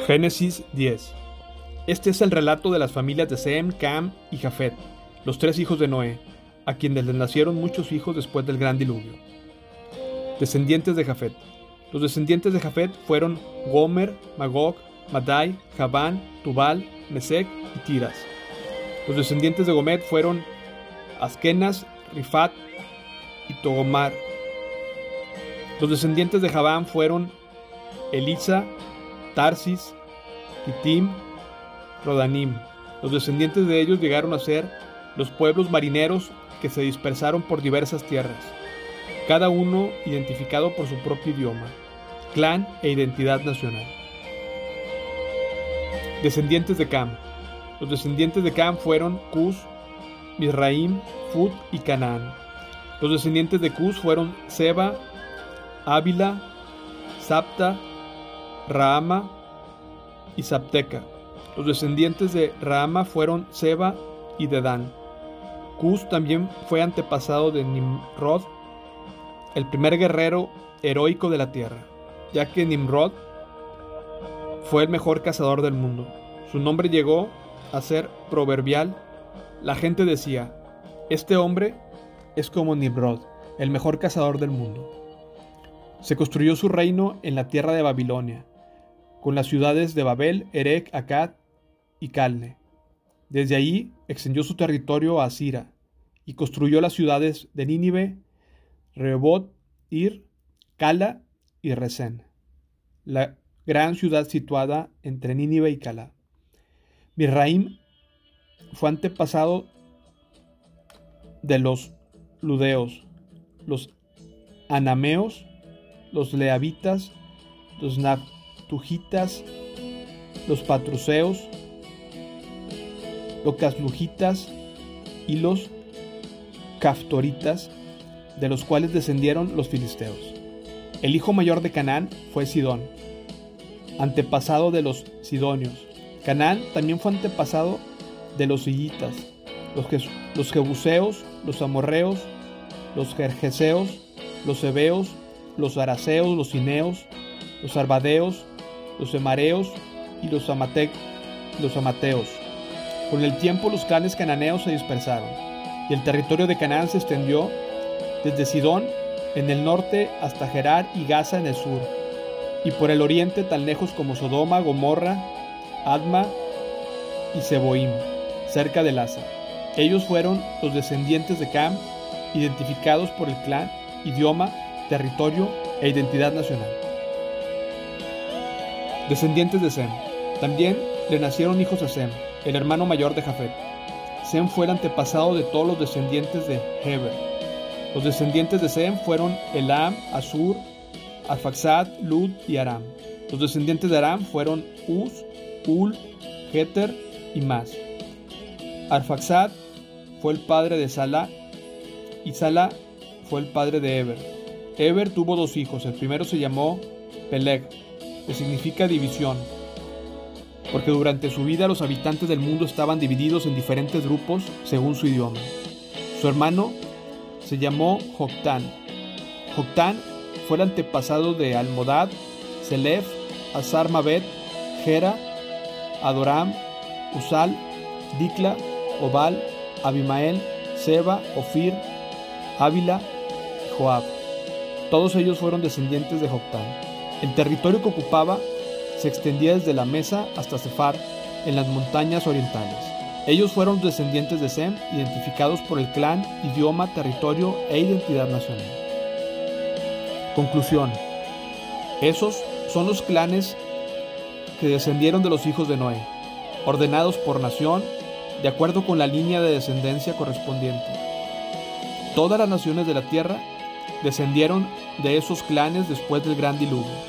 Génesis 10. Este es el relato de las familias de Sem, Cam y Jafet, los tres hijos de Noé, a quienes les nacieron muchos hijos después del gran diluvio. Descendientes de Jafet. Los descendientes de Jafet fueron Gomer, Magog, Madai, Javán, Tubal, Mesec y Tiras. Los descendientes de Gomer fueron Askenas, Rifat y Togomar. Los descendientes de Javán fueron Elisa, Tarsis, Kitim, Rodanim. Los descendientes de ellos llegaron a ser los pueblos marineros que se dispersaron por diversas tierras, cada uno identificado por su propio idioma, clan e identidad nacional. Descendientes de Cam. Los descendientes de Cam fueron Cus, Mizraim, Fut y Canaán. Los descendientes de Cus fueron Seba, Ávila, Sapta, Raama y Sapteca. Los descendientes de Raama fueron Seba y Dedán. Cus también fue antepasado de Nimrod, el primer guerrero heroico de la tierra, ya que Nimrod fue el mejor cazador del mundo. Su nombre llegó a ser proverbial. La gente decía: este hombre es como Nimrod, el mejor cazador del mundo. Se construyó su reino en la tierra de Babilonia, con las ciudades de Babel, Erec, Akkad y Calne. Desde ahí extendió su territorio a Asira y construyó las ciudades de Nínive, Rehobot, Ir, Cala y Resén, la gran ciudad situada entre Nínive y Cala. Mizraim fue antepasado de los ludeos, los anameos, los leavitas, los naftuhitas, los patruseos, los caslujitas y los caftoritas, de los cuales descendieron los filisteos. El hijo mayor de Canaán fue Sidón, antepasado de los sidonios. Canaán también fue antepasado de los hititas, los jebuseos, los amorreos, los gergeseos, los heveos, los araceos, los cineos, los arbadeos, los emareos y los amateos. Con el tiempo los clanes cananeos se dispersaron, y el territorio de Canaán se extendió desde Sidón en el norte hasta Gerar y Gaza en el sur, y por el oriente tan lejos como Sodoma, Gomorra, Adma y Seboim, cerca de Lasa. Ellos fueron los descendientes de Cam, identificados por el clan, idioma, territorio e identidad nacional. Descendientes de Sem. También le nacieron hijos a Sem, el hermano mayor de Jafet. Sem fue el antepasado de todos los descendientes de Heber. Los descendientes de Sem fueron Elam, Asur, Arfaxad, Lud y Aram. Los descendientes de Aram fueron Uz, Ul, Geter y Mas. Arfaxad fue el padre de Sala, y Sala fue el padre de Eber. Eber tuvo dos hijos. El primero se llamó Peleg, que significa división, porque durante su vida los habitantes del mundo estaban divididos en diferentes grupos según su idioma. Su hermano se llamó Joctán. Joctán fue el antepasado de Almodad, Selef, Azar-Mabet, Gera, Adoram, Usal, Dicla, Obal, Abimael, Seba, Ofir, Ávila y Joab. Todos ellos fueron descendientes de Joctán. El territorio que ocupaba se extendía desde la Mesa hasta Sefar, en las montañas orientales. Ellos fueron descendientes de Sem, identificados por el clan, idioma, territorio e identidad nacional. Conclusión. Esos son los clanes que descendieron de los hijos de Noé, ordenados por nación, de acuerdo con la línea de descendencia correspondiente. Todas las naciones de la tierra descendieron de esos clanes después del gran diluvio.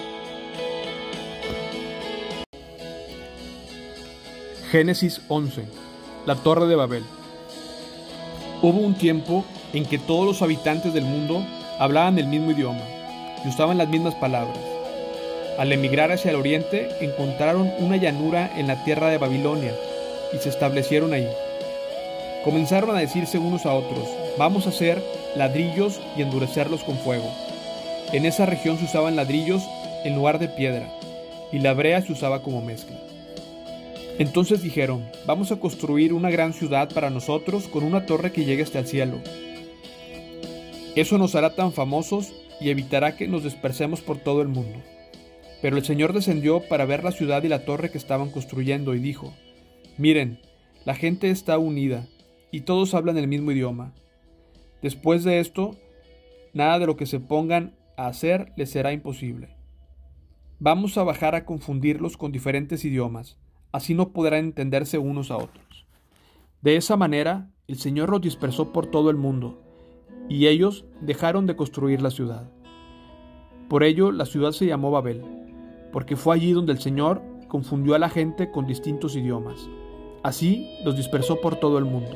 Génesis 11. La Torre de Babel. Hubo un tiempo en que todos los habitantes del mundo hablaban el mismo idioma y usaban las mismas palabras. Al emigrar hacia el oriente, encontraron una llanura en la tierra de Babilonia y se establecieron ahí. Comenzaron a decirse unos a otros: vamos a hacer ladrillos y endurecerlos con fuego. En esa región se usaban ladrillos en lugar de piedra, y la brea se usaba como mezcla. Entonces dijeron: vamos a construir una gran ciudad para nosotros con una torre que llegue hasta el cielo. Eso nos hará tan famosos y evitará que nos dispersemos por todo el mundo. Pero el Señor descendió para ver la ciudad y la torre que estaban construyendo y dijo: miren, la gente está unida y todos hablan el mismo idioma. Después de esto, nada de lo que se pongan a hacer les será imposible. Vamos a bajar a confundirlos con diferentes idiomas, así no podrán entenderse unos a otros. De esa manera, el Señor los dispersó por todo el mundo, y ellos dejaron de construir la ciudad. Por ello, la ciudad se llamó Babel, porque fue allí donde el Señor confundió a la gente con distintos idiomas. Así los dispersó por todo el mundo.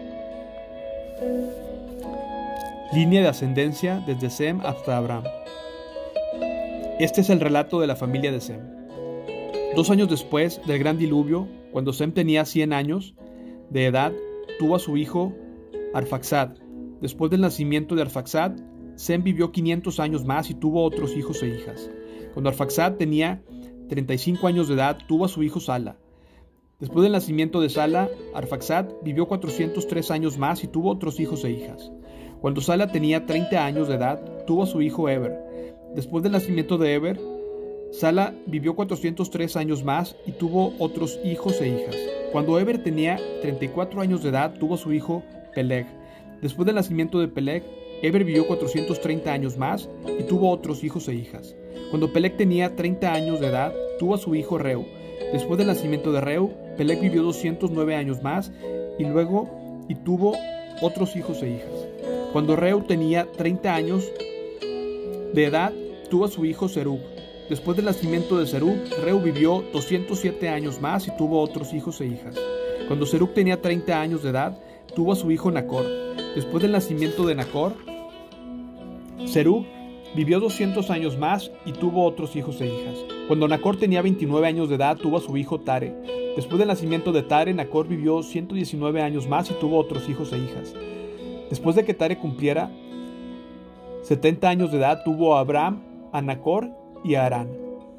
Línea de ascendencia desde Sem hasta Abraham. Este es el relato de la familia de Sem. 2 años después del gran diluvio, cuando Sem tenía 100 años de edad, tuvo a su hijo Arfaxad. Después del nacimiento de Arfaxad, Sem vivió 500 años más y tuvo otros hijos e hijas. Cuando Arfaxad tenía 35 años de edad, tuvo a su hijo Sala. Después del nacimiento de Sala, Arfaxad vivió 403 años más y tuvo otros hijos e hijas. Cuando Sala tenía 30 años de edad, tuvo a su hijo Eber. Después del nacimiento de Eber, Sala vivió 403 años más y tuvo otros hijos e hijas. Cuando Eber tenía 34 años de edad, tuvo a su hijo Peleg. Después del nacimiento de Peleg, Eber vivió 430 años más y tuvo otros hijos e hijas. Cuando Peleg tenía 30 años de edad, tuvo a su hijo Reu. Después del nacimiento de Reu, Peleg vivió 209 años más y tuvo otros hijos e hijas. Cuando Reu tenía 30 años de edad, tuvo a su hijo Serug. Después del nacimiento de Serug, Reu vivió 207 años más y tuvo otros hijos e hijas. Cuando Serug tenía 30 años de edad, tuvo a su hijo Nacor. Después del nacimiento de Nacor, Serug vivió 200 años más y tuvo otros hijos e hijas. Cuando Nacor tenía 29 años de edad, tuvo a su hijo Tare. Después del nacimiento de Tare, Nacor vivió 119 años más y tuvo otros hijos e hijas. Después de que Tare cumpliera 70 años de edad, tuvo a Abraham, a Nacor y a Harán.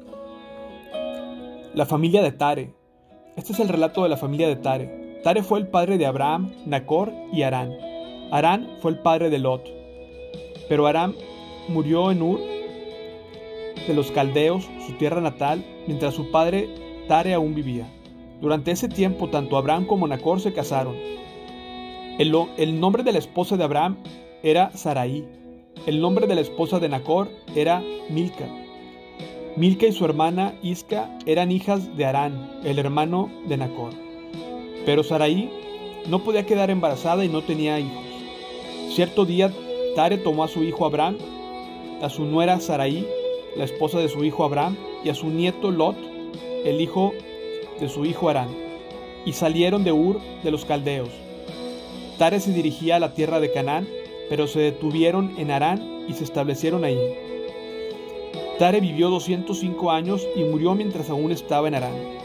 La familia de Tare. Este es el relato de la familia de Tare. Tare fue el padre de Abraham, Nacor y Harán. Harán fue el padre de Lot. Pero Harán murió en Ur de los caldeos, su tierra natal, mientras su padre Tare aún vivía. Durante ese tiempo, tanto Abraham como Nacor se casaron. El nombre de la esposa de Abraham era Sarai. El nombre de la esposa de Nacor era Milca. Milca y su hermana Isca eran hijas de Harán, el hermano de Nacor. Pero Sarai no podía quedar embarazada y no tenía hijos. Cierto día, Tare tomó a su hijo Abraham, a su nuera Sarai, la esposa de su hijo Abraham, y a su nieto Lot, el hijo de su hijo Harán, y salieron de Ur de los caldeos. Tare se dirigía a la tierra de Canaán, pero se detuvieron en Harán y se establecieron ahí. Tare vivió 205 años y murió mientras aún estaba en Harán.